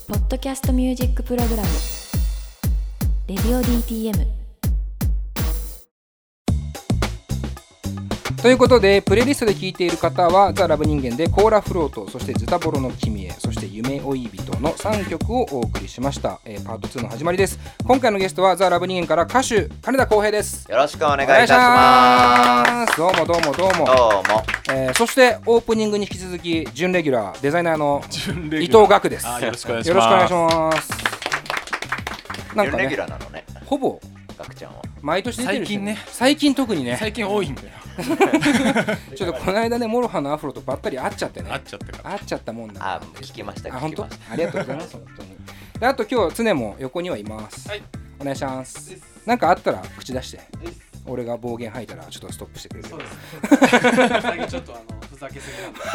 ポッドキャストミュージックプログラムレディオ DTM。 ということでプレイリストで聴いている方はザ・ラブ人間でコーラフロート、そしてズタボロの君へ、そして夢追い人の3曲をお送りしました。パート2の始まりです。今回のゲストはザ・ラブ人間から歌手金田浩平です。 よろしくお願いいたします。 どうもどうもどうも。そしてオープニングに引き続き準レギュラーデザイナーの伊藤岳です。 よろしくお願いします。 よろしくお願いします。なんか準レギュね、 ラーなのね、 ほぼ岳ちゃんは。 毎年出てるし、 最近ね、 最近特にね、 最近多いんだよ。 ちょっとこの間ね、モロハのアフロとばったり会っちゃってね、 会っちゃったから。 会っちゃったもんだ。 聞きました。 本当、ありがとうございます。本当に。で、あと今日常も横にはいます。 はい。 お願いします。なんかあったら口出して。俺が暴言吐いたらちょっとストップしてくれる。 そうですね。最近ちょっとふざけすぎなんで。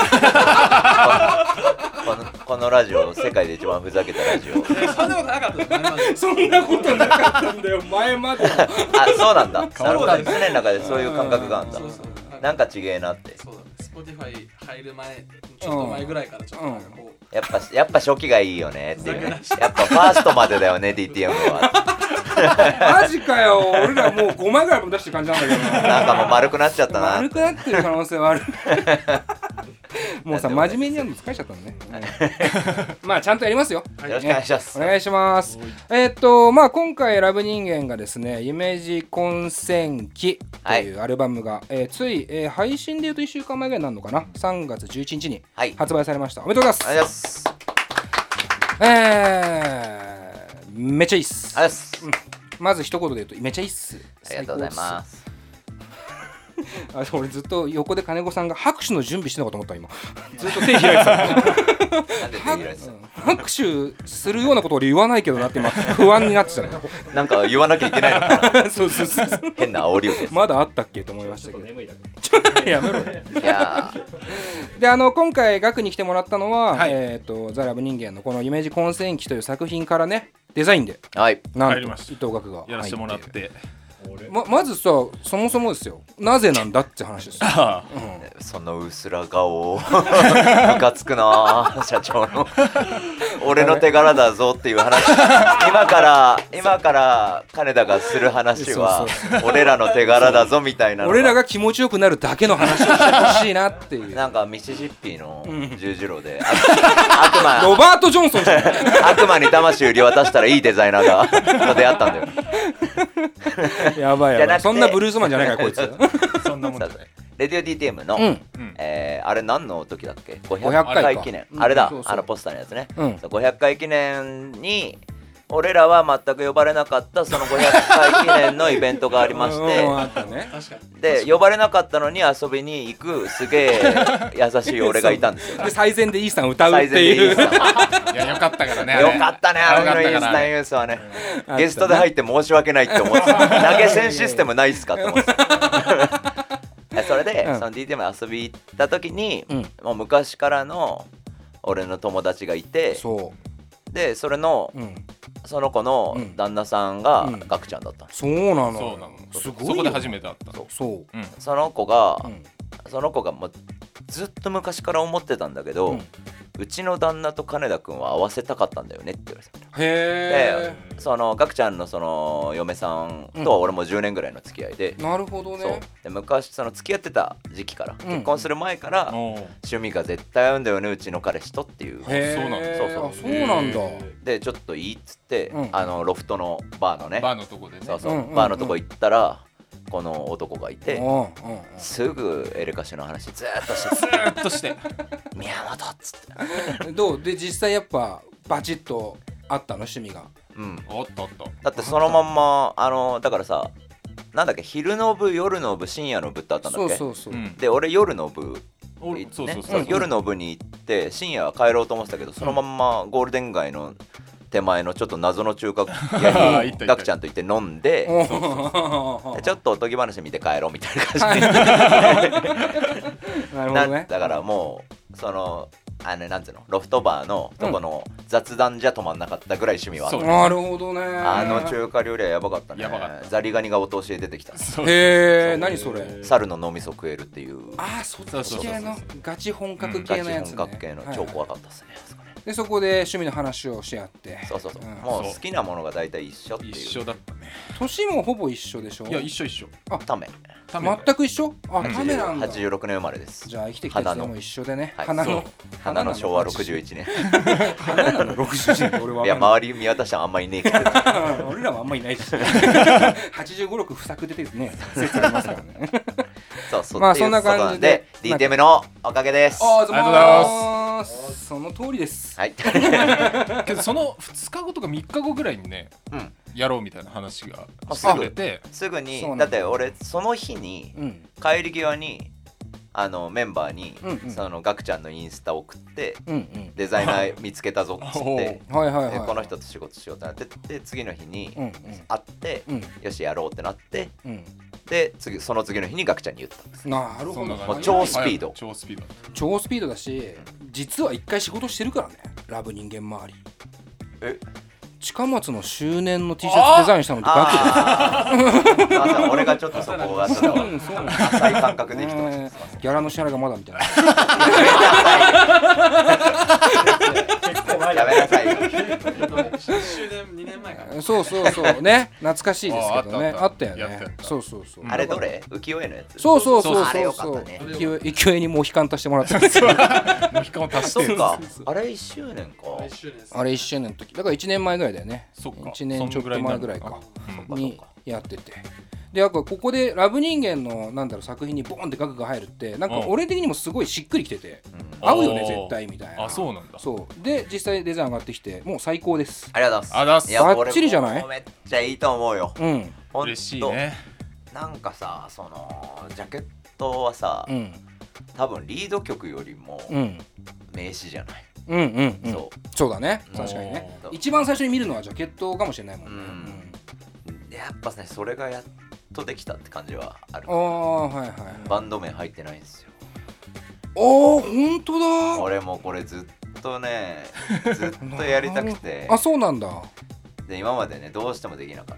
このラジオ世界で一番ふざけたラジオ。 そんなことなかったです。 そんなことなかったんだよ、前まで。 あ、そうなんだ。なるほど。 そうです常の中でそういう感覚があるんだ。 そうそう。 なんかちげえなって。 そうだね。Spotify 入る前、ちょっと前ぐらいからちょっとなんかこう。 やっぱ初期がいいよねっていうね。やっぱファーストまでだよね DTM は。 マジかよ、俺らもう5枚ぐらいも出してる感じなんだけどなんかもう丸くなっちゃったな。 丸くなってる可能性はある。もうさ、真面目にやるの疲れちゃったのね。まあちゃんとやりますよ。 よろしくお願いします。 お願いします。まあ今回ラブ人間がですね、夢路混戦記というアルバムが、つい、配信で言うと1週間前ぐらいになるのかな、3月11日に発売されました。おめでとうございます。めっちゃいいっす。まず一言で言うとめっちゃいいっす。 ありがとうございます。 俺ずっと横で金子さんが拍手の準備してるのかと思った今。ずっと手開いてた。 なんで手開いてた？ 拍手するようなこと俺言わないけどなって今不安になってたね。 なんか言わなきゃいけないのかな。 そうそうそう。 変な煽りをです。 まだあったっけと思いましたけど。眠いだけ。やめろ。 いやで、今回ガクに来てもらったのは、ザ・ラブ人間のこの夢路混戦記という作品からね、デザインで、なんと伊藤岳がやらせてもらって。 まずさ、そもそもですよ、なぜなんだって話ですよ。 その薄ら顔をムカつくな社長の俺の手柄だぞっていう話。今から金田がする話は俺らの手柄だぞみたいな。 俺らが気持ちよくなるだけの話をしてほしいなっていう。 なんかミシシッピの十字路でロバート・ジョンソンじゃん。 悪魔に魂売り渡したらいいデザイナーが出会ったんだよ。 やばいやばい。そんなブルースマンじゃないからこいつ。 そんなもんだね。 レディオ DTM の、あれ何の時だっけ、 500 回記念、あれだ、ポスターのやつね、500回記念に俺らは全く呼ばれなかったその500回記念のイベントがありましてで呼ばれなかったのに遊びに行くすげえ優しい俺がいたんですよ。 で最前でイースタン歌うっていう。 いやよかったからね。 よかったね、あのイースタンユースはね。ゲストで入って申し訳ないって思ってた。投げ銭システムないっすかって思ってた。それで、その DTM 遊び行った時に、もう昔からの俺の友達がいて、でそれの、その子の旦那さんがガクちゃんだった。 そうなの。 すごい。そこで初めて会った。 その子がもうずっと昔から思ってたんだけど、うちの旦那と金田君は会わせたかったんだよねって言われてた。でそのガクちゃんのその嫁さんとは俺も10年ぐらいの付き合いで、 なるほどね。そうで昔その付き合ってた時期から、結婚する前から趣味が絶対合うんだよねうちの彼氏とっていう。 そうなんだ。 でちょっといいっつって、ロフトのバーのね、 バーのとこでね、 バーのとこ行ったらこの男がいて、すぐエレカシの話ずーっとして宮本っつってどうで実際やっぱバチッとあったの趣味が。 おっとおっと。 だってそのまんまだからさ、なんだっけ、昼の部夜の部深夜の部ってあったんだっけ。で俺夜の部夜の部に行って深夜は帰ろうと思ってたけど、そのまんまゴールデン街の手前のちょっと謎の中華屋にガクちゃんと行って飲んで、ちょっとおとぎ話見て帰ろうみたいな感じで。だからもうそのなんつうのロフトバーのとこの雑談じゃ止まんなかったぐらい趣味はあった、 なるほどね。 中華料理はやばかったね。ザリガニがお通しで出てきた。 へえ、何それ。 猿の脳みそ食えるっていう。 そっち系のガチ本格系のやつね。 本格系の超怖かったですね。 でそこで趣味の話をし合って、 そう、もう好きなものが大体一緒っていう。 一緒だったね。 年もほぼ一緒でしょ。 いや一緒。 タメ全く一緒。タメなんだ。 86年生まれです。 じゃあ生きてきたやつも一緒でね。 花の昭和61年。 花の61年。俺は。 いや周り見渡したらあんまいねえけど。 俺らはあんまいないし。85、6不作出てるね。説ありますからね。 そう。まあそんな感じで DTM のおかげです。 ありがとうございます。その通りです。 はい。けどその2日後とか3日後ぐらいにね、やろうみたいな話がされて、 すぐにだって俺その日に帰り際にメンバーにそのガクちゃんのインスタ送ってデザイナー見つけたぞっつってこの人と仕事しようってなって次の日に会ってよしやろうってなってでその次の日にガクちゃんに言った。 なるほど。 もう超スピードだし、実は一回仕事してるからね。ラブ人間周り。近松の周年の T シャツデザインしたのってガクだ。 俺がちょっとそこが浅い感覚できてました。 ギャラの支払いがまだみたいな。 やめなさい。 1周年2年前かな。 そうね、懐かしいですけどね。あったよね。そう。 あれどれ？浮世絵のやつ。 そう。 あれよかったね。 勢いにモヒカン足してもらった。 モヒカン足してる。 あれ1周年か。 あれ1周年の時。だから1年前ぐらいだよね。1年ちょっと前ぐらいかにやってて。でここでラブ人間の作品にボーンって額が入るってなんか俺的にもすごいしっくりきてて合うよね絶対みたいな。 そうなんだ。 そうで実際デザイン上がってきてもう最高です。 ありがとうございます。 バッチリじゃない？ めっちゃいいと思うよ。 嬉しいね。 なんかさそのジャケットはさ多分リード曲よりも名詞じゃない。 そうだね。確かにね。一番最初に見るのはジャケットかもしれないもんね。 やっぱねそれがやっとできたって感じはある。バンド名入ってないんですよ。 本当だ。 俺もこれずっとやりたくて。 そうなんだ。 で今までねどうしてもできなかった。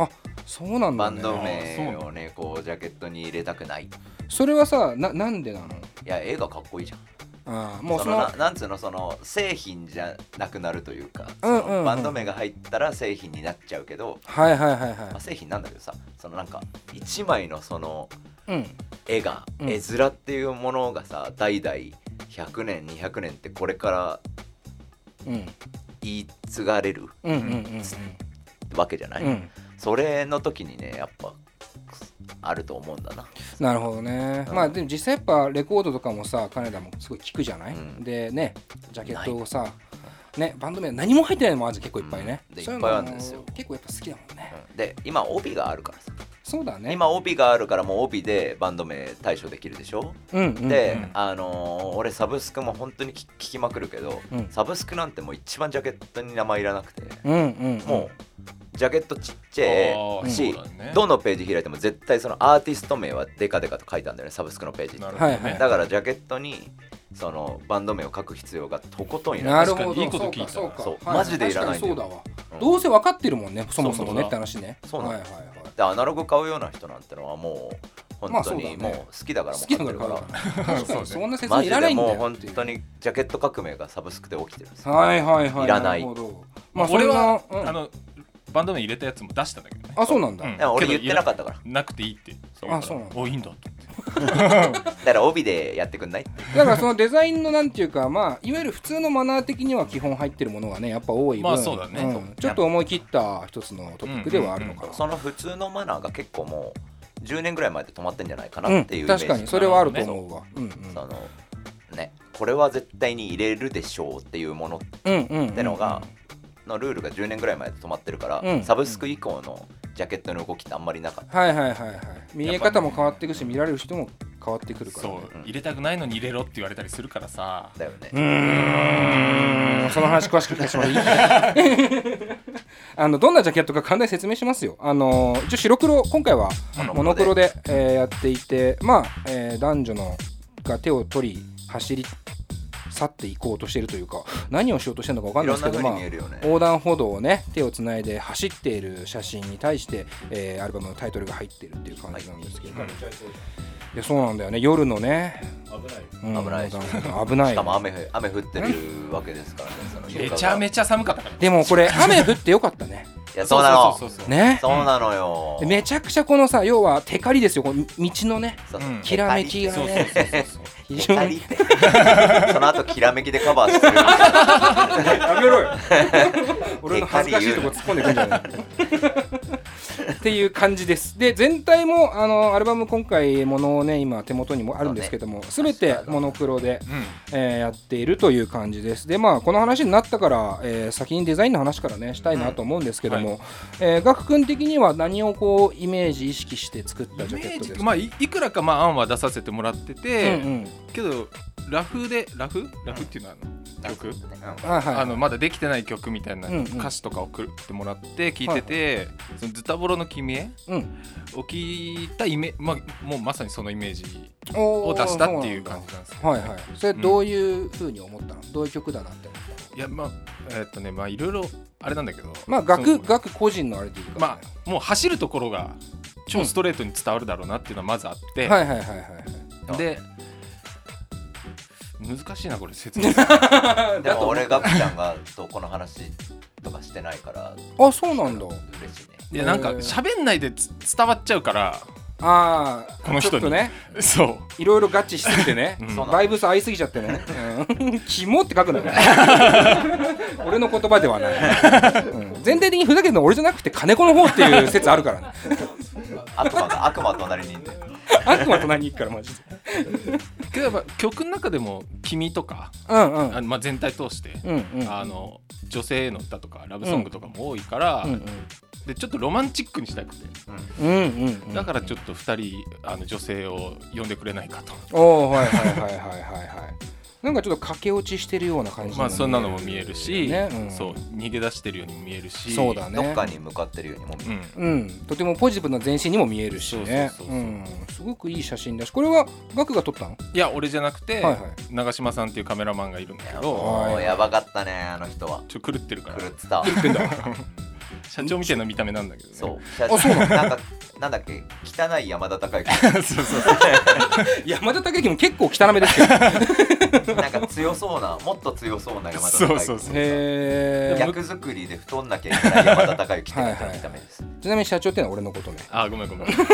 そうなんだね。 バンド名をねこうジャケットに入れたくない。 それはさなんでなの？ いや絵がかっこいいじゃん。 もうなんつうのその製品じゃなくなるというか、バンド名が入ったら製品になっちゃうけど、製品なんだけどさ、そのなんか一枚のその絵が絵面っていうものがさ代々100年200年ってこれから言い継がれるわけじゃない。それの時にねやっぱあると思うんだな。 なるほどね。まあでも実際やっぱレコードとかもさ金田もすごい聞くじゃない、でねジャケットをさねバンド名何も入ってないのもあるじゃん結構いっぱいね、 でいっぱいあるんですよ。 結構やっぱ好きだもんね、 で今帯があるからさ。 そうだね。 今帯があるからもう帯でバンド名対処できるでしょ。で俺サブスクも本当に聞きまくるけど、サブスクなんてもう一番ジャケットに名前いらなくて、もうジャケットちっちゃいし、どのページ開いても絶対そのアーティスト名はデカデカと書いてあるんだよねサブスクのページって。だからジャケットにそのバンド名を書く必要がとことんいらない。 なるほど。 いいこと聞いた。 そうマジでいらないんだよ。 そうだわ。どうせ分かってるもんねそもそもねって話ね。 そうなんだ。でアナログ買うような人なんてのはもう本当にもう好きだからもう買ってるから。 そんな説明いらないんだよ。 もう本当にジャケット革命がサブスクで起きてるんですよ。 いらない。 まあ俺はバンド名入れたやつも出したんだけどね。 そうなんだ。 俺言ってなかったから。 なくていいって。 そうなんだ。 いいんだって。 だから帯でやってくんないって。 だからそのデザインのなんていうかまあいわゆる普通のマナー的には基本入ってるものがねやっぱ多い分、 そうだね。 ちょっと思い切った一つのトピックではあるのかな。 その普通のマナーが結構もう10年ぐらい前で止まってんじゃないかなっていうイメージ。 確かにそれはあると思うわ。 そのねこれは絶対に入れるでしょうっていうものってのがのルールが10年ぐらい前で止まってるから、サブスク以降のジャケットの動きってあんまりなかった。見え方も変わっていくし見られる人も変わってくるから、 そう入れたくないのに入れろって言われたりするからさ。 だよね。 その話詳しく聞かせてもらいい？どんなジャケットか簡単に説明しますよ。一応白黒今回はモノクロでやっていて、まあ男女のが手を取り走り去去っていこうとしているというか、何をしようとしてるのか分かんないですけど、横断歩道をね手をつないで走っている写真に対して、アルバムのタイトルが入っているっていう感じなんですけど、いやそうなんだよね、夜のね危ない危ないしかも雨降ってるわけですからね。 めちゃめちゃ寒かったから。 でもこれ雨降ってよかったね。 いやそうなのね、 そうなのよ。 めちゃくちゃこのさ、要はテカリですよ、この道のねきらめきがね、非常にその後きらめきでカバーする。 やめろよ俺の恥ずかしいとこ突っ込んでくるんじゃないっていう感じです。で全体もアルバム今回ものをね今手元にもあるんですけども、全てモノクロで、やっているという感じです。でまあこの話になったから、先にデザインの話からねしたいなと思うんですけども、ガク君的には何をこうイメージ意識して作ったジャケットですか？ まあいくらか案は出させてもらってて、けどラフっていうのは曲、まだできてない曲みたいな歌詞とか送ってもらって聞いてて、そのズタボロの君へを聞いたもうまさにそのイメージを出したっていう感じなんですよ。 はいはい。それどういう風に思ったの？どういう曲だなって思ったの？ いやまあいろいろあれなんだけど、 まあガク個人のあれでいいか、 まあもう走るところが超ストレートに伝わるだろうなっていうのはまずあって、で難しいなこれ説明。 でも俺ガクちゃんがとこの話とかしてないから。 あ、そうなんだ。 嬉しいね。 いやなんか喋んないで伝わっちゃうから。 ああ、 この人にちょっとね、 そういろいろ合致しすぎてね、バイブス合いすぎちゃってね、キモって書くのよ俺の言葉ではない、全体的にふざけるのは俺じゃなくて金子の方っていう説あるからね。 悪魔隣にいて悪魔隣に行くからマジで。 けどやっぱ曲の中でも君とか、まあ、全体通して、女性への歌とかラブソングとかも多いから、でちょっとロマンチックにしたくて、だからちょっと2人女性を呼んでくれないかと。 おお、はいはいはいはいはいはい。なんかちょっと駆け落ちしてるような感じ、 まあそんなのも見えるし、そう逃げ出してるようにも見えるし、 そうだね、 どっかに向かってるようにも見える、とてもポジティブな前進にも見えるしね。すごくいい写真だし、これはガクが撮ったの？ いや俺じゃなくて、長嶋さんっていうカメラマンがいるんだけど、 やばかったねあの人は。 狂ってるから。 狂ってた。 社長みたいな見た目なんだけどね。 そう。あ、そうなんだっけ、汚い山田孝之。 そう山田孝之も結構汚めですけど。 なんか強そうな、もっと強そうな山田孝之。役作りで太んなきゃいけない山田孝之って見た目です。 ちなみに社長ってのは俺のことね。 あ、ごめん。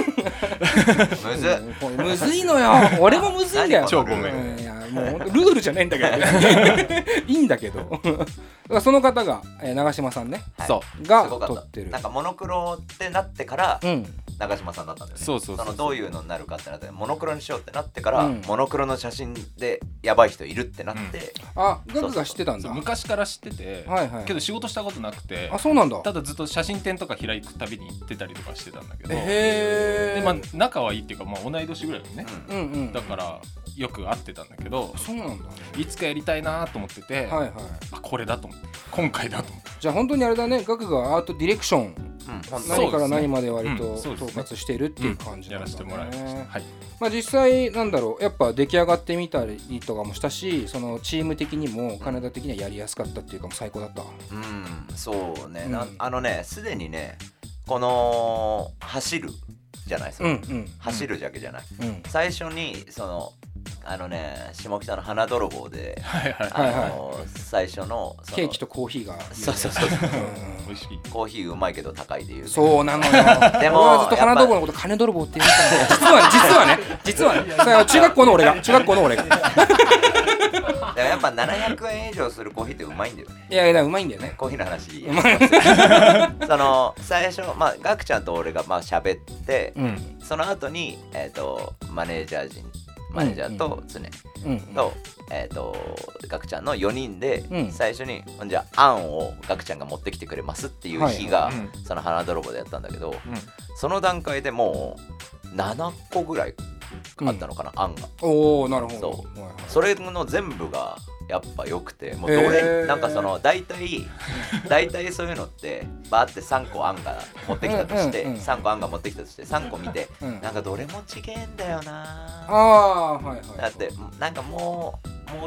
むずいのよ。俺もむずいんだよ。 超ごめん。 いやもうルールじゃないんだけど。いいんだけど。その方が長嶋さんね。が撮ってる。 なんかモノクロってなってから長嶋さんだったんだよね。そのどういうのになるかってなって、モノクロにしようってなってから、モノクロの写真でやばい人いるってなって、 あ、ガクが知ってたんだ。 昔から知ってて、けど仕事したことなくて、 あ、そうなんだ。 ただずっと写真展とか開くたびに行ってたりとかしてたんだけど、でまあ仲はいいっていうか、まあ同い年ぐらいのね、だからよく会ってたんだけど、 そうなんだ。 いつかやりたいなと思ってて、これだと思って、今回だと思って。 じゃあ本当にあれだね、ガクがアートディレクション、何から何まで割と統括しているっていう感じなんだね。 やらせてもらいました。 まあ実際なんだろう、やっぱ出来上がってみたりとかもしたし、そのチーム的にも金田的にはやりやすかったっていうか、もう最高だった。 そうね。すでにね、この走るじゃないですか。走るだけじゃない。最初にその下北の花泥棒で最初のケーキとコーヒーが、 そう美味しいコーヒーうまいけど高いでいう。 そうなのよ。でも俺はずっと花泥棒のこと金泥棒って言ってたんだよ。実はね中学校の俺がでもやっぱ700円以上するコーヒーってうまいんだよね。 いやうまいんだよね。 コーヒーの話その最初ガクちゃんと俺が喋って、その後にマネージャーと常とガクちゃんの4人で最初にじゃあ案をガクちゃんが持ってきてくれますっていう日がその花泥棒でやったんだけど、その段階でもう7個ぐらいあったのかな、案が。 おお、なるほど。 それの全部がやっぱ良くて、もうどれなんかその大体そういうのってバーって3個案が持ってきたとして3個案が持ってきたとして3個見て、なんかどれも違えんだよな。だってなんかもう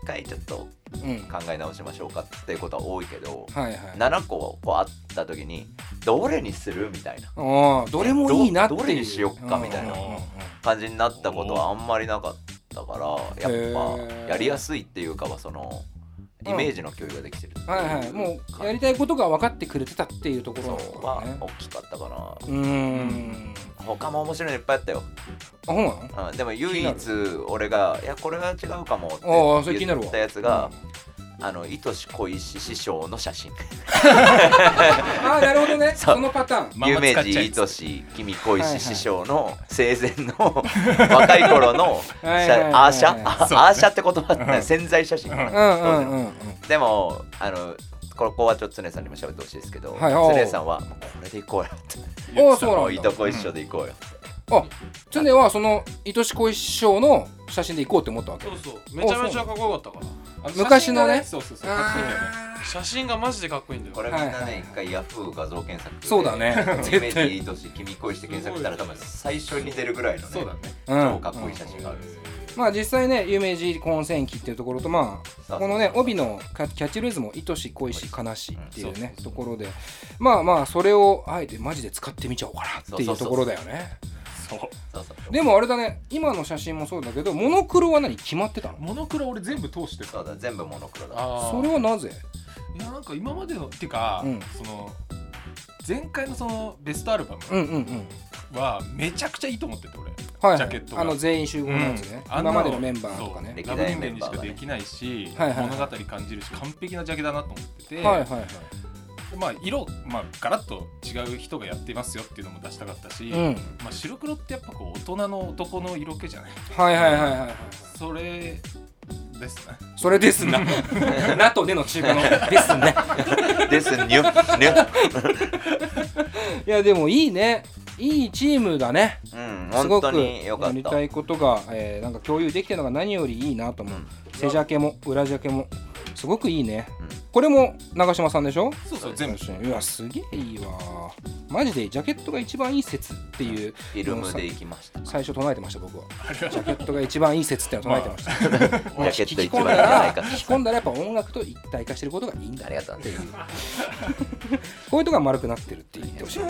回ちょっと考え直しましょうかっていうことは多いけど、 はいはい、 7個こうあった時にどれにするみたいな、 どれもいいなっていう、 どれにしよっかみたいな感じになったことはあんまりなかったからやっぱやりやすいっていうかはそのイメージの共有ができてる、 はいはい、もうやりたいことが分かってくれてたっていうところは大きかったかな。他も面白いのいっぱいあったよ。 あ、ほんなの？でも唯一俺がいやこれは違うかもって言ったやつがいとしこいし師匠の写真あ、なるほどね。そのパターン有名人いとし君こいし師匠の生前の若い頃のアーシャって言葉って潜在写真でもここはちょっと常さんにも喋ってほしいですけど、常さんはこれでいこうよってもういとこ一緒でいこうよ。 あ、常はそのいとしこい師匠の写真でいこうって思ったわけ。 そうそうめちゃめちゃかっこよかったから昔のね。 そうそうそうかっこいいんだよね。写真がマジでかっこいいんだよ。 これみんなね一回ヤフー画像検索そうだね絶対いとし君恋して検索したら多分最初に出るぐらいのね超かっこいい写真があるんですよ。 まあ実際ね有名人混戦記っていうところとまあこのね帯のキャッチフレーズも愛し恋し悲しいっていうねところでまあまあそれをあえてマジで使ってみちゃおうかなっていうところだよね。でもあれだね今の写真もそうだけどモノクロは何決まってたの？ モノクロ俺全部通してた。 そうだ全部モノクロだ。 それはなぜ？ いやなんか今までのっていうか、その前回のそのベストアルバムはめちゃくちゃいいと思ってて俺、 はい、 ジャケットが全員集合のやつね、今までのメンバーとかねラブ人間にしかできないし、物語感じるし完璧なジャケだなと思ってて、まあ色、ガラッと違う人がやってますよっていうのも出したかったし、まあ白黒ってやっぱこう大人の男の色気じゃない。それですね。 それですな。ラとネの中華のですね。 ですにゅにゅ。 いやでもいいね。いいチームだね。 すごくやりたいことが、なんか共有できてるのが何よりいいなと思う。背ジャケも裏ジャケもすごくいいね。これも長嶋さんでしょ？ そうそう全部。 いやすげえいいわ。マジでジャケットが一番いい説っていう。 フィルムで行きました。 最初唱えてました僕は。ジャケットが一番いい説ってのを唱えてました。 ジャケット一番いいじゃないか。 聞き込んだらやっぱ音楽と一体化してることがいいんだ。 ありがとう。 こういうとこが丸くなってるって言ってほしい。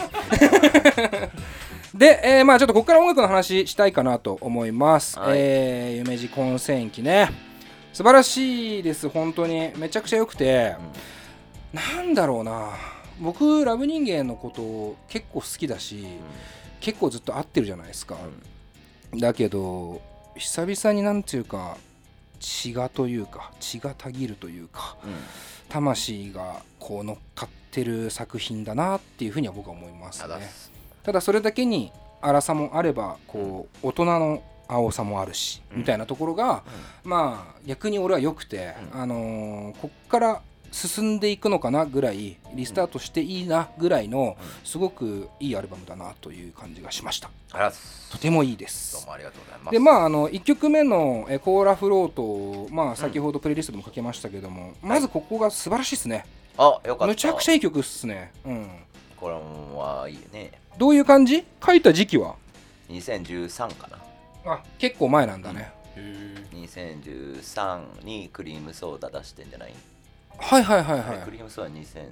で、まあちょっとここから音楽の話したいかなと思います。夢路混戦記ね。素晴らしいです本当にめちゃくちゃ良くて、なんだろうな僕ラブ人間のこと結構好きだし、結構ずっと会ってるじゃないですか、だけど久々になんていうか血がというか血がたぎるというか、魂がこう乗っかってる作品だなっていうふうには僕は思いますね。ただそれだけに荒さもあればこう大人の青さもあるし、みたいなところが、まあ逆に俺は良くて、こっから進んでいくのかなぐらいリスタートしていいなぐらいのすごくいいアルバムだなという感じがしました。とてもいいです。 どうもありがとうございます。 でまあ1曲目のコーラフロート、まあ先ほどプレイリストでもかけましたけども、まずここが素晴らしいですね。 あ、よかった。 むちゃくちゃいい曲っすね。 これはいいね。 どういう感じ？書いた時期は 2013かな。 あ、結構前なんだね。 2013にクリームソーダ出してんじゃない？ はいはいはいはい。 クリームソーダ2013。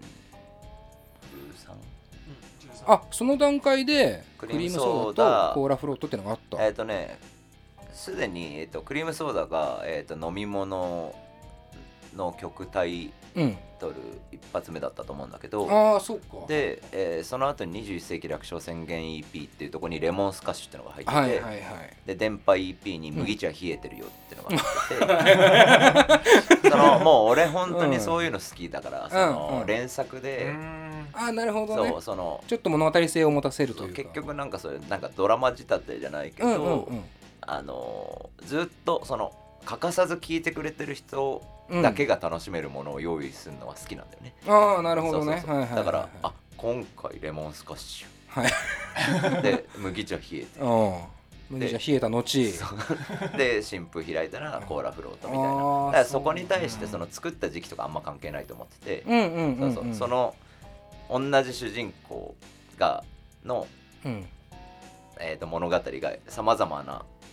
あ、その段階でクリームソーダとコーラフロートってのがあった。 すでにクリームソーダが飲み物の曲タイトル一発目だったと思うんだけど、 そうか。 で、その後に21世紀楽勝宣言 EP っていうところにレモンスカッシュっていうのが入ってて、で電波 EP に麦茶冷えてるよっていうのが入ってて、もう俺本当にそういうの好きだから、その連作で、 なるほどね。 そのちょっと物語性を持たせるというか、 結局なんかそういうなんかドラマ仕立てじゃないけど、ずっとその欠かさず聴いてくれてる人だけが楽しめるものを用意するのは好きなんだよね。 なるほどね。 だから今回レモンスカッシュ、で麦茶冷えて、 麦茶冷えた後で新風開いたらコーラフロートみたいな。だからそこに対してその作った時期とかあんま関係ないと思ってて、その同じ主人公がの物語がさまざまな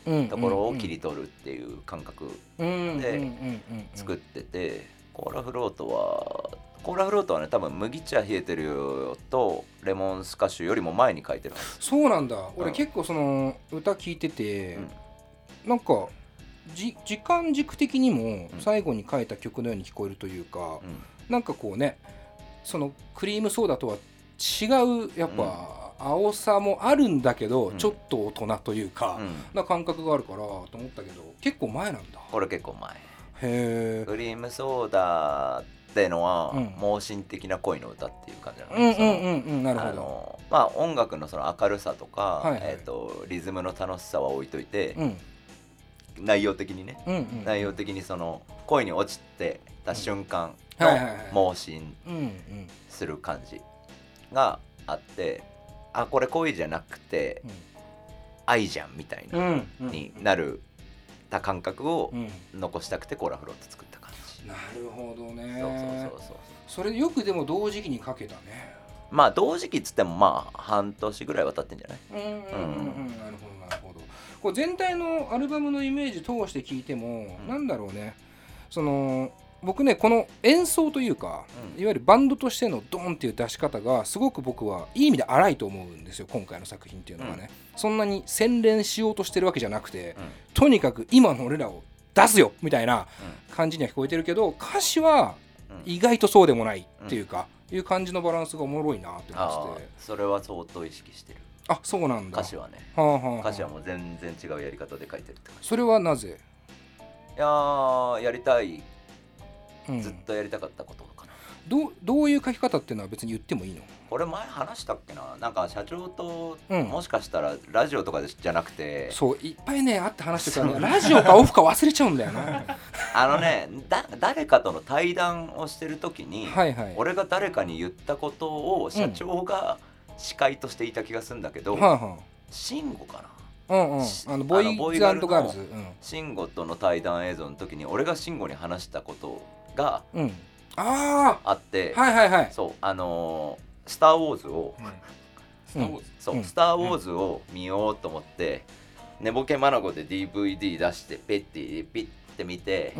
ところを切り取るっていう感覚で作ってて、コーラフロートはね多分麦茶冷えてるよとレモンスカッシュよりも前に書いてるんです。 そうなんだ。俺結構その歌聞いてて、なんか時間軸的にも最後に書いた曲のように聞こえるというか、なんかこうね、そのクリームソーダとは違うやっぱ青さもあるんだけど、ちょっと大人というか、な感覚があるからと思ったけど、結構前なんだ。 これ結構前。 へクリームソーダってのは盲信的な恋の歌っていう感じなんです。 なるほど。 まあ音楽のその明るさとか、リズムの楽しさは置いといて、内容的にね、内容的にその恋に落ちてた瞬間の盲信する感じがあって、あ、これ恋じゃなくて愛じゃんみたいなになるた感覚を残したくてコーラフロート作った感じ。 なるほどね。 そうそれよくでも同時期にかけたね。 まあ同時期っつってもまあ半年ぐらいは経ってんじゃない。 なるほど。こう全体のアルバムのイメージ通して聞いても、なんだろうね、その僕ね、この演奏というか、いわゆるバンドとしてのドーンっていう出し方がすごく僕はいい意味で荒いと思うんですよ、今回の作品っていうのはね。そんなに洗練しようとしてるわけじゃなくて、とにかく今の俺らを出すよみたいな感じには聞こえてるけど、歌詞は意外とそうでもないっていうか、いう感じのバランスがおもろいなって思ってて。 それは相当意識してる。 あ、そうなんだ。 歌詞はね、歌詞はもう全然違うやり方で書いてるって感じ。 それはなぜ？ いや、やりたい、ずっとやりたかったことかな。 どういう書き方っていうのは別に言ってもいいの？ これ前話したっけな。なんか社長と、もしかしたらラジオとかじゃなくて、 そういっぱいねあって話してからね、ラジオかオフか忘れちゃうんだよな。 誰かとの対談をしてる時に、俺が誰かに言ったことを社長が司会としていた気がするんだけど、慎吾かな。 ボーイズ&ガールズ、 慎吾との対談映像の時に俺が慎吾に話したことがあって、そうスター・ウォーズをスター・ウォーズを見ようと思って、寝ぼけまなこで DVD 出してピッて見て、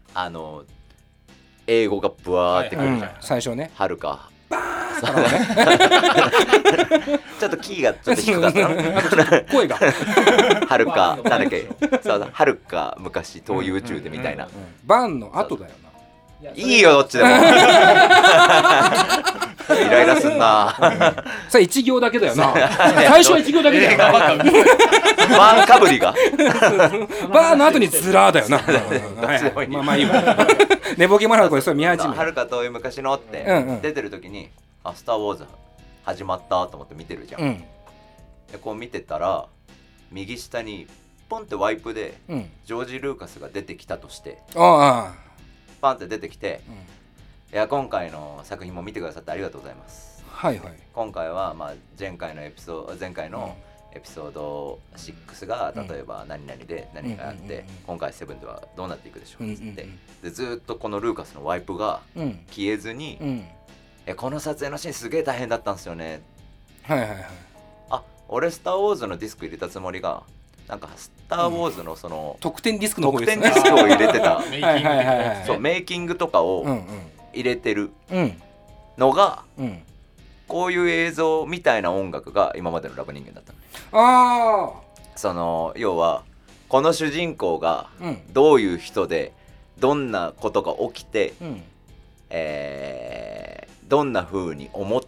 英語がブワーってくるじゃん、 最初ね。 はるかバーンちょっとキーがちょっと低かったの声がはるかなんだっけ、はるか昔遠い宇宙でみたいな。 バーンの後だよな。 いいよどっちでもイライラすんな。 さあ1行だけだよな。最初は1行だけだよな。 バーンかぶりがバーンの後にズラーだよな。まあいいわ。寝ぼけまなこでそれ見始めはるか遠い昔のって出てる時に、あ、スター・ウォーズ始まったと思って見てるじゃん。でこう見てたら右下にポンってワイプでジョージ・ルーカスが出てきたとして、パンって出てきて、いや今回の作品も見てくださってありがとうございます。今回はまあ前回のエピソード6が例えば何々で何があって、今回7ではどうなっていくでしょうっつって、でずっとこのルーカスのワイプが消えずに、この撮影のシーンすげえ大変だったんですよね。あ、俺スター・ウォーズのディスク入れたつもりが、なんかスター・ウォーズのその特典ディスクの方ですね。特典ディスクを入れてたそうメイキングとかを入れてるのが、こういう映像みたいな音楽が今までのラブ人間だったの。その要はこの主人公がどういう人でどんなことが起きて、どんな風に思って、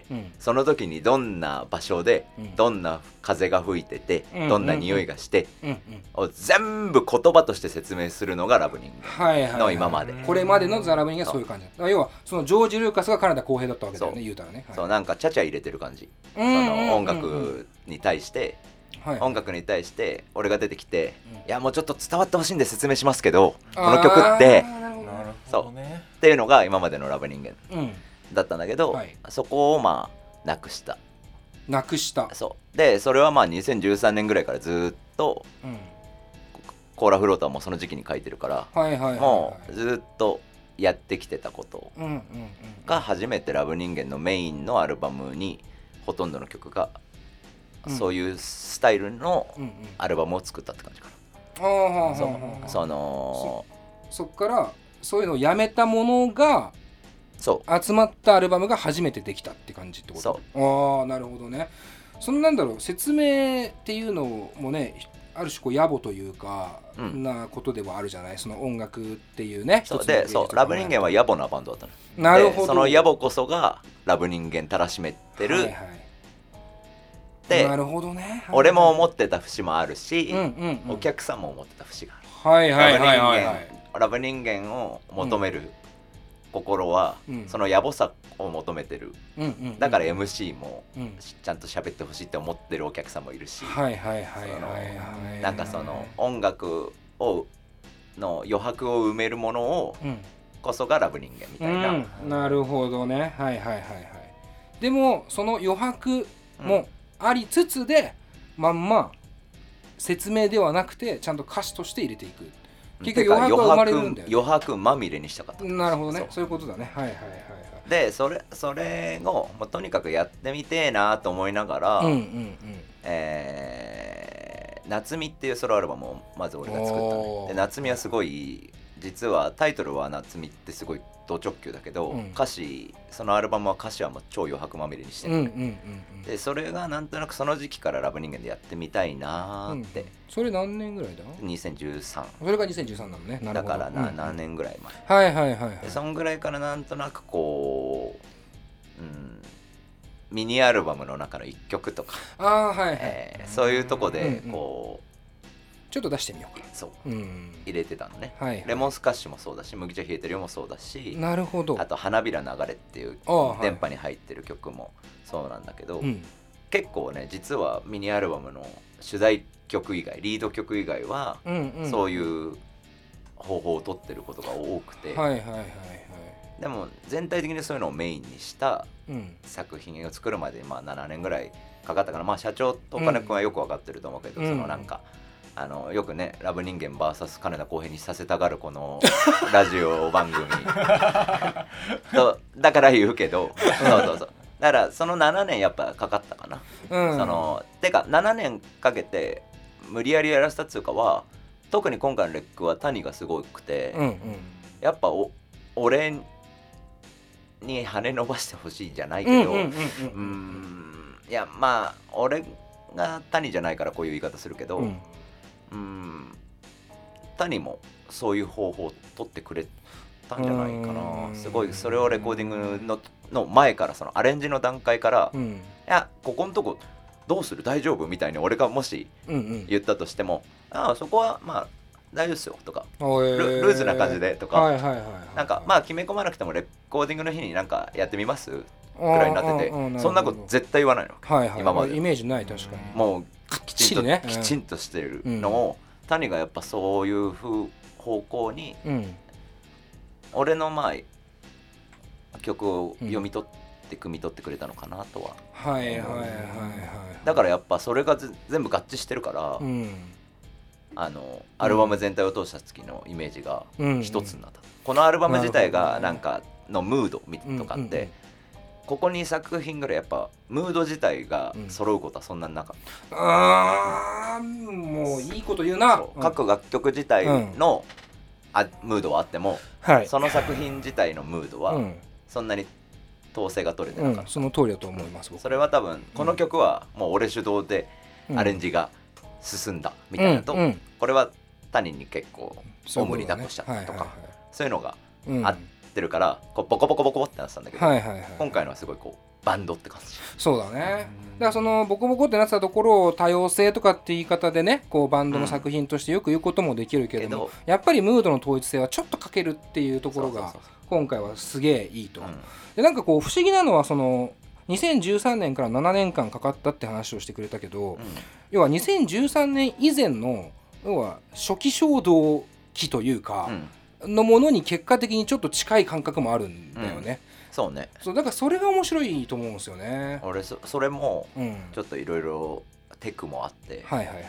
その時にどんな場所で、どんな風が吹いてて、どんな匂いがして、を全部言葉として説明するのがラブ人間の今まで。 これまでのザ・ラブ人間がそういう感じだ。要はそのジョージ・ルーカスがカナダ公平だったわけだよね、言うたらね。 そうなんかチャチャ入れてる感じ。その音楽に対して、俺が出てきて、いやもうちょっと伝わってほしいんで説明しますけど、この曲ってそうっていうのが今までのラブ人間だったんだけど、そこをまあなくしたそうで、それはまあ2013年ぐらいからずっと、コーラフロートはもうその時期に書いてるから、もうずっとやってきてたことが初めてラブ人間のメインのアルバムにほとんどの曲がそういうスタイルのアルバムを作ったって感じかな。 そっからそういうのをやめたものが集まったアルバムが初めてできたって感じってこと？ああ、なるほどね。そのなんだろう、説明っていうのもね、ある種こう野暮というか、なことではあるじゃない。その音楽っていうね。 そうで、ラブ人間は野暮なバンドだったの。 なるほど。 その野暮こそがラブ人間たらしめてる。で、 なるほどね。 俺も思ってた節もあるし、お客さんも思ってた節がある。ラブ人間を求める心は、その野暮さを求めてる。だから MC もちゃんと喋ってほしいって思ってるお客さんもいるし、なんかその音楽の余白を埋めるものをこそがラブ人間みたいな。 なるほどね。でもその余白もありつつで、まんま説明ではなくてちゃんと歌詞として入れていく。結局余白が生まれるんだよね。 余白まみれにしたかった。 なるほどね。そういうことだね。 でそれをもうとにかくやってみてえなと思いながら、夏美っていうソロアルバムをまず俺が作ったね。で夏美はすごい、実はタイトルは夏美ってすごいド直球だけど、歌詞、そのアルバムは歌詞はもう超余白まみれにしてる、でそれがなんとなくその時期からラブ人間でやってみたいなーって、 それ何年ぐらいだ ？2013。 それが2013なのね。 だから何年ぐらい前。 でそんぐらいからなんとなくこう、ミニアルバムの中の1曲とか、そういうとこでこう、 ちょっと出してみようか。 入れてたのね。レモンスカッシュもそうだし、麦茶冷えてるよもそうだし、 なるほど。 あと花びら流れっていう電波に入ってる曲もそうなんだけど、結構ね、実はミニアルバムの主題曲以外、リード曲以外はそういう方法を取ってることが多くて、でも全体的にそういうのをメインにした作品を作るまで7年ぐらいかかったから、社長と金子君はよく分かってると思うけど、そのなんかよくね、ラブ人間 VS 金田浩平にさせたがるこのラジオ番組だから言うけど、だからその7年やっぱかかったかな。てか7年かけて無理やりやらせたっていうかは、特に今回のレックは谷がすごくて、やっぱ俺に羽伸ばしてほしいじゃないけど、いや俺が谷じゃないからこういう言い方するけど、谷もそういう方法を取ってくれたんじゃないかな。すごいそれをレコーディングの前から、そのアレンジの段階から、いやここのとこどうする大丈夫みたいに俺がもし言ったとしても、そこは大丈夫ですよとか、ルーズな感じでとか、なんか決め込まなくてもレコーディングの日になんかやってみますくらいになってて、そんなこと絶対言わないの、今まで。 イメージない。確かにもうきちんとしてるのを、谷がやっぱそういう方向に、俺の曲を読み取って汲み取ってくれたのかなとは。だからやっぱそれが全部合致してるから、アルバム全体を通した時のイメージが一つになった。このアルバム自体がなんかのムードとかって、ここ2作品ぐらいやっぱムード自体が揃うことはそんなになかった。 もういいこと言うな。 各楽曲自体のムードはあっても、その作品自体のムードはそんなに統制が取れてなかった。 その通りだと思います。 それは多分この曲はもう俺主導でアレンジが進んだみたいなと、これは谷に結構お無理抱っこしちゃったとか、そういうのがあってるからボコボコボコってなってたんだけど、今回のはすごいこうバンドって感じ。 そうだね。だからそのボコボコってなってたところを多様性とかって言い方でね、こうバンドの作品としてよく言うこともできるけれども、やっぱりムードの統一性はちょっと欠けるっていうところが今回はすげえいいと。でなんかこう不思議なのは、その2013年から7年間かかったって話をしてくれたけど、要は2013年以前の要は初期衝動期というか、のものに結果的にちょっと近い感覚もあるんだよね。 そうね。 だからそれが面白いと思うんですよね。 俺それもちょっといろいろテクもあって、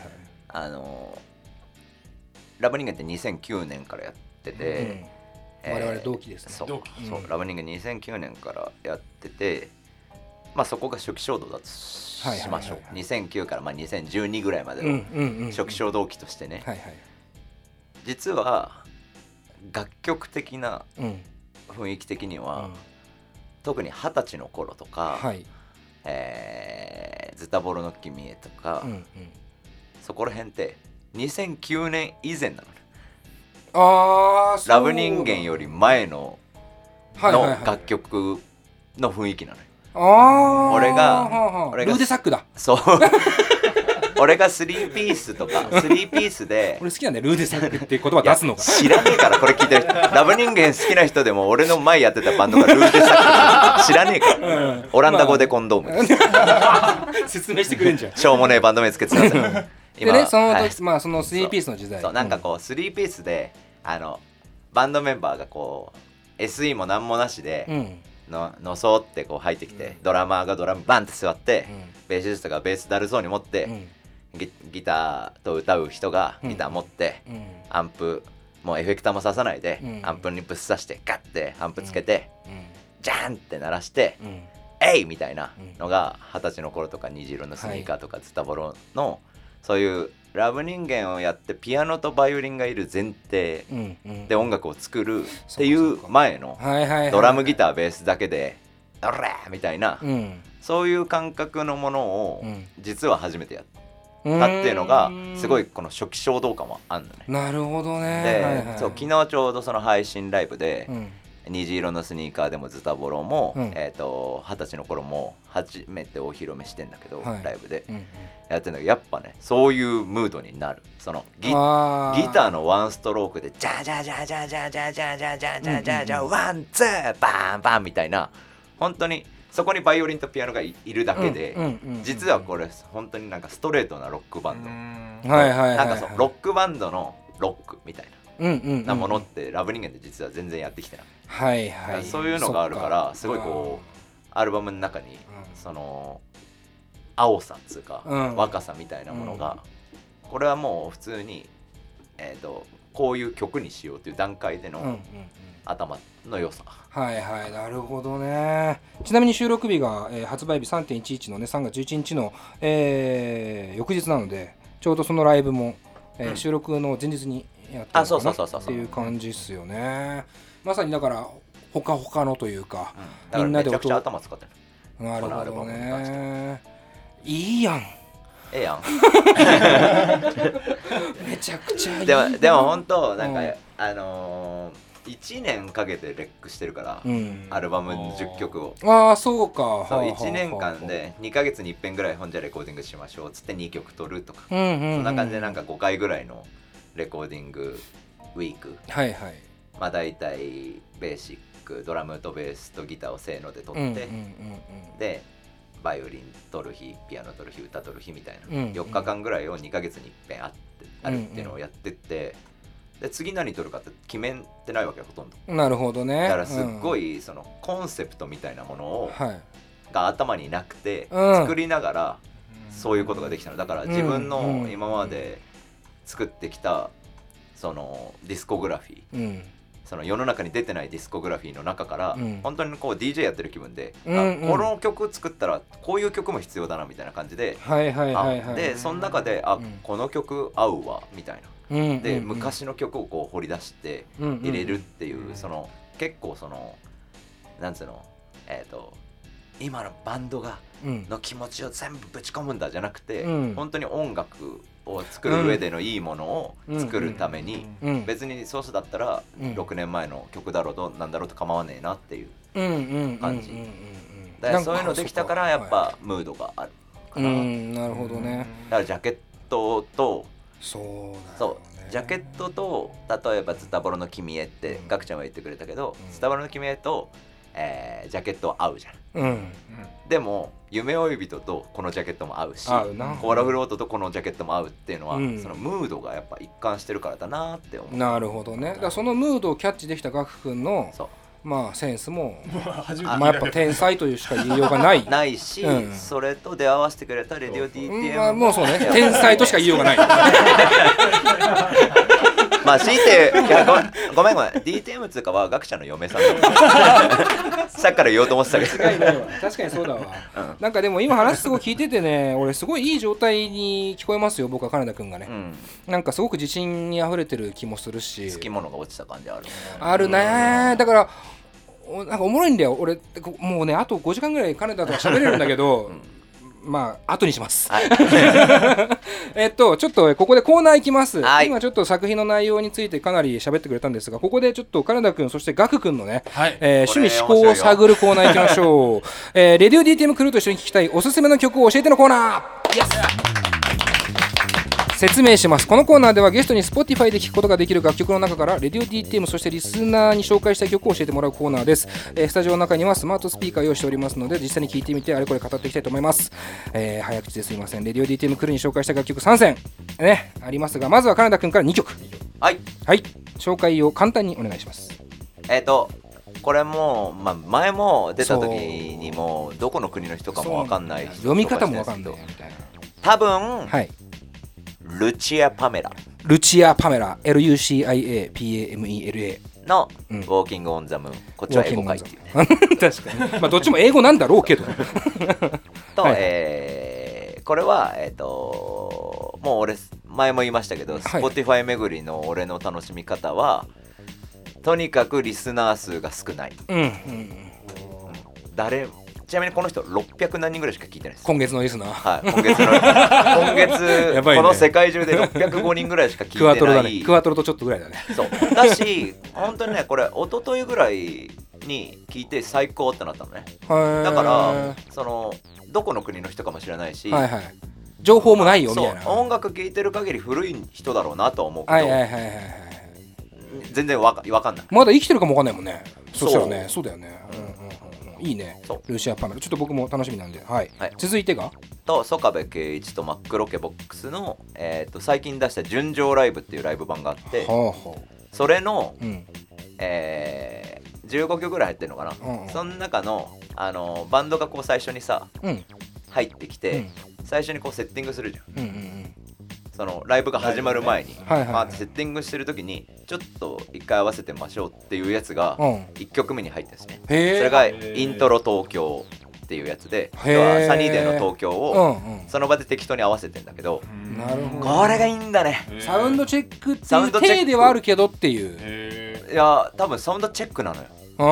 ラブ人間って2009年からやってて、 我々同期ですね。 そうラブ人間2009年からやってて、そこが初期衝動だとしましょう。2009から2012ぐらいまでの初期衝動期としてね。 実は楽曲的な雰囲気的には、特に20歳の頃とか、ズタボロの君へとか、そこら辺って2009年以前なのね。ラブ人間より前の楽曲の雰囲気なのよ。俺がルーデサックだ。 そう俺が3ピースとか3ピースで俺好きなんだよルーデサックっていう言葉出すのが。 知らねえからこれ聞いてるラブ人間好きな人でも俺の前やってたバンドがルーデサック知らねえから、オランダ語でコンドーム説明してくれんじゃん。 しょうもねえバンド名つけてたんですよでね、その時、その3ピースの時代、 そうなんかこう3ピースでバンドメンバーがこう SE もなんもなしで、のそってこう入ってきて、ドラマーがドラムバンって座って、ベーシストがベースだるそうに持って、ギターと歌う人がギター持って、アンプもうエフェクターも刺さないで、アンプにぶっ刺してガッてアンプつけて、ジャーンって鳴らして、エイみたいなのが20歳の頃とか虹色のスニーカーとかズタボロの、そういうラブ人間をやってピアノとバイオリンがいる前提で音楽を作るっていう前のドラムギターベースだけでオラーみたいな、そういう感覚のものを実は初めてやったっていうのがすごいこの初期衝動感はあるのね。 なるほどね。 で、そう昨日ちょうどその配信ライブで、虹色のスニーカーでもズタボロも、20歳の頃も初めてお披露目してんだけど、ライブで、やってんだけど、やっぱねそういうムードになる。そのギターのワンストロークでジャジャジャジャジャジャジャジャジャジャジャジャワンツーバンバンみたいな、本当にそこにバイオリンとピアノが いるだけで、実はこれ本当になんかストレートなロックバンド、なんかそうロックバンドのロックみたいなものってラブ人間で実は全然やってきてない、そういうのがあるからすごいこうアルバムの中にその青さっつうか、若さみたいなものが、これはもう普通に、こういう曲にしようという段階での頭の良さ。 なるほどね。ちなみに収録日が、発売日 3.11 のね3月11日の、翌日なので、ちょうどそのライブも、収録の前日にやったのかなっていう感じっすよね。まさにだからほかほかのというか、みんなでめちゃくちゃ頭使ってる。 なるほどね。いいやん。 ええやんめちゃくちゃいい。 でも本当なんか、1年かけてレックしてるから、アルバム10曲を。 そうか。 そう1年間で2ヶ月に1遍ぐらいじゃレコーディングしましょうっつって2曲取るとか、そんな感じでなんか5回ぐらいのレコーディングウィーク、まあ大体ベーシックドラムとベースとギターをせーので取って、でバイオリン取る日、ピアノ取る日、歌取る日みたいな、4日間ぐらいを2ヶ月に1遍あるっていうのをやってって、で次何取るかって決めてないわけよ、ほとんど。 なるほどね。 だからすっごいそのコンセプトみたいなものを、が頭になくて、作りながらそういうことができたの。だから自分の今まで作ってきたそのディスコグラフィー、その世の中に出てないディスコグラフィーの中から、本当にこう DJ やってる気分で、この曲作ったらこういう曲も必要だなみたいな感じで、でその中でこの曲合うわみたいな、で昔の曲をこう掘り出して入れるっていう、その結構そのなんつうの今のバンドがの気持ちを全部ぶち込むんだじゃなくて、本当に音楽を作る上でのいいものを作るために、別にソースだったら6年前の曲だろうとなんだろうと構わねえなっていう感じだから、そういうのできたからやっぱムードがあるかな。 なるほどね。 だからジャケットとそうジャケットと、例えばズタボロの君へってガクちゃんは言ってくれたけど、ズタボロの君へとジャケットは合うじゃん、でも夢追い人とこのジャケットも合うし、コーラフロートとこのジャケットも合うっていうのは、そのムードがやっぱ一貫してるからだなって思う。 なるほどね。だからそのムードをキャッチできたガク君のまあセンスもやっぱ天才というしか言いようがないし、それと出会わせてくれたレディオ DTM もうそうね、天才としか言いようがないまあ強いてごめん DTM つうかは学者の嫁さんさっきから言おうと思ってたけど確かにそうだわ、なんかでも今話すごい聞いててね、俺すごいいい状態に聞こえますよ、僕は金田君がね、なんかすごく自信にあふれてる気もするし、 つきものが落ちた感じあるね。 あるね。だからなんかおもろいんだよ俺。もうねあと5時間ぐらい金田とは喋れるんだけどまあ後にします、はい、ちょっとここでコーナーいきます、はい、今ちょっと作品の内容についてかなり喋ってくれたんですが、ここでちょっと金田君そしてガク君のね、はい、趣味思考を探るコーナーいきましょうレディオ DTM クルーと一緒に聴きたいおすすめの曲を教えてのコーナー。イエス。説明します。このコーナーではゲストに Spotify で聴くことができる楽曲の中からレディオ DTM そしてリスナーに紹介したい曲を教えてもらうコーナーです。スタジオの中にはスマートスピーカー用意しておりますので実際に聴いてみてあれこれ語っていきたいと思います。早口ですいません。レディオ DTM クルーに紹介した楽曲3選、ね、ありますが、まずは金田君から2曲、はい、はい、紹介を簡単にお願いします。 これも、まあ、前も出た時にもどこの国の人かも分かんない、 読み方も分かんないみたいな。 多分、はい、ルチア・パメラ LUCIAPAMELA のウォーキング・オン・ザ・ムーン、こっちは英語書いていうね確かに、まあ、どっちも英語なんだろうけどと、はい、これはもう俺前も言いましたけど、はい、Spotify 巡りの俺の楽しみ方はとにかくリスナー数が少ない、ちなみにこの人600何人ぐらいしか聞いてないです。 今月のリスナー、 はい、今月、ね、この世界中で605人ぐらいしか聞いてない。 クワトロとちょっとぐらいだね。 そうだし本当にね、これ一昨日ぐらいに聞いて最高ってなったのね。だからどこの国の人かもしれないし、はいはい、 情報もないよみたいな。 音楽聴いてる限り古い人だろうなとは思うけど、全然わかんない。 まだ生きてるかもわかんないもんね。そしたらね、そうだよね。いいね、ルシア・パメラ、ちょっと僕も楽しみなんで、はいはい、続いてが曽我部圭一と真っ黒ケボックスの、最近出した純情ライブっていうライブ版があって、それの、15曲ぐらい入ってるのかな、その中の、バンドがこう最初にさ、入ってきて、最初にこうセッティングするじゃん、そのライブが始まる前に、セッティングしてる時にちょっと一回合わせてみましょうっていうやつが1曲目に入ってるんですね。それがイントロ東京っていうやつで、要はサニーデーの東京をその場で適当に合わせてんだけど、これがいいんだね。 サウンドチェックっていう体ではあるけどっていう。 いや多分サウンドチェックなのよ。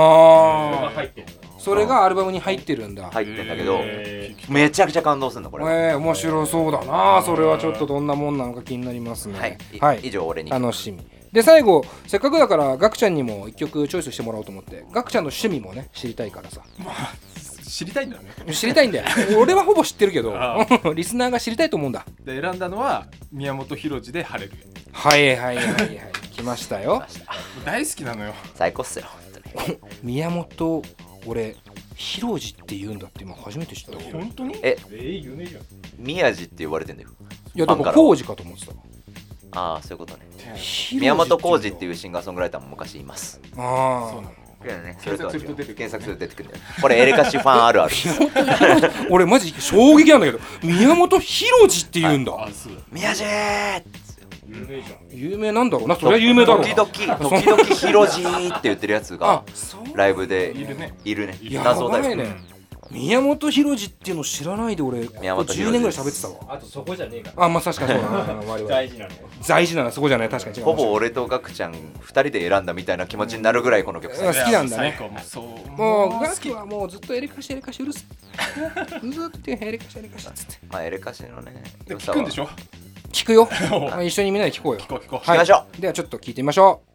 それがアルバムに入ってるんだ。 入ってんだけどめちゃくちゃ感動するのこれ。 面白そうだな。それはちょっとどんなもんなのか気になりますね。 はい、以上俺に楽しみで、最後せっかくだからガクちゃんにも一曲チョイスしてもらおうと思って。ガクちゃんの趣味もね知りたいからさ。 知りたいんだね。 知りたいんだよ俺はほぼ知ってるけどリスナーが知りたいと思うんだ。 で選んだのは宮本浩次で晴れる。 はい来ましたよ。 大好きなのよ。 最高っすよ宮本、俺浩次って言うんだって今初めて知った。 本当に？ 有名じゃん。宮地って呼ばれてんだよ。 いやだから浩次かと思ってた。 ああそういうことね。宮本浩次っていうシンガーソングライターも昔います。 ああそうなの。 検索すると出てくるんだよ。これエレカシファンあるある俺マジ衝撃なんだけど、宮本浩次って言うんだ。 宮地有名なんだろうな。それは有名だろうな。 時々浩次って言ってるやつがライブでいるね。 謎だよね。宮本浩次っていうの知らないで俺ここ10年ぐらい喋ってたわ。 あとそこじゃねえから。 まあ確かにそうだな大事なのそこじゃない。確かに違う。 ほぼ俺とガクちゃん2人で選んだみたいな気持ちになるぐらいこの曲好きなんだね。もうガクはもうずっとエレカシうるすずっとエレカシっつって。 まあエレカシのね聞くんでしょ。 聞くよ一緒にみんなで聞こうよ。 聞きましょう。ではちょっと聞いてみましょう。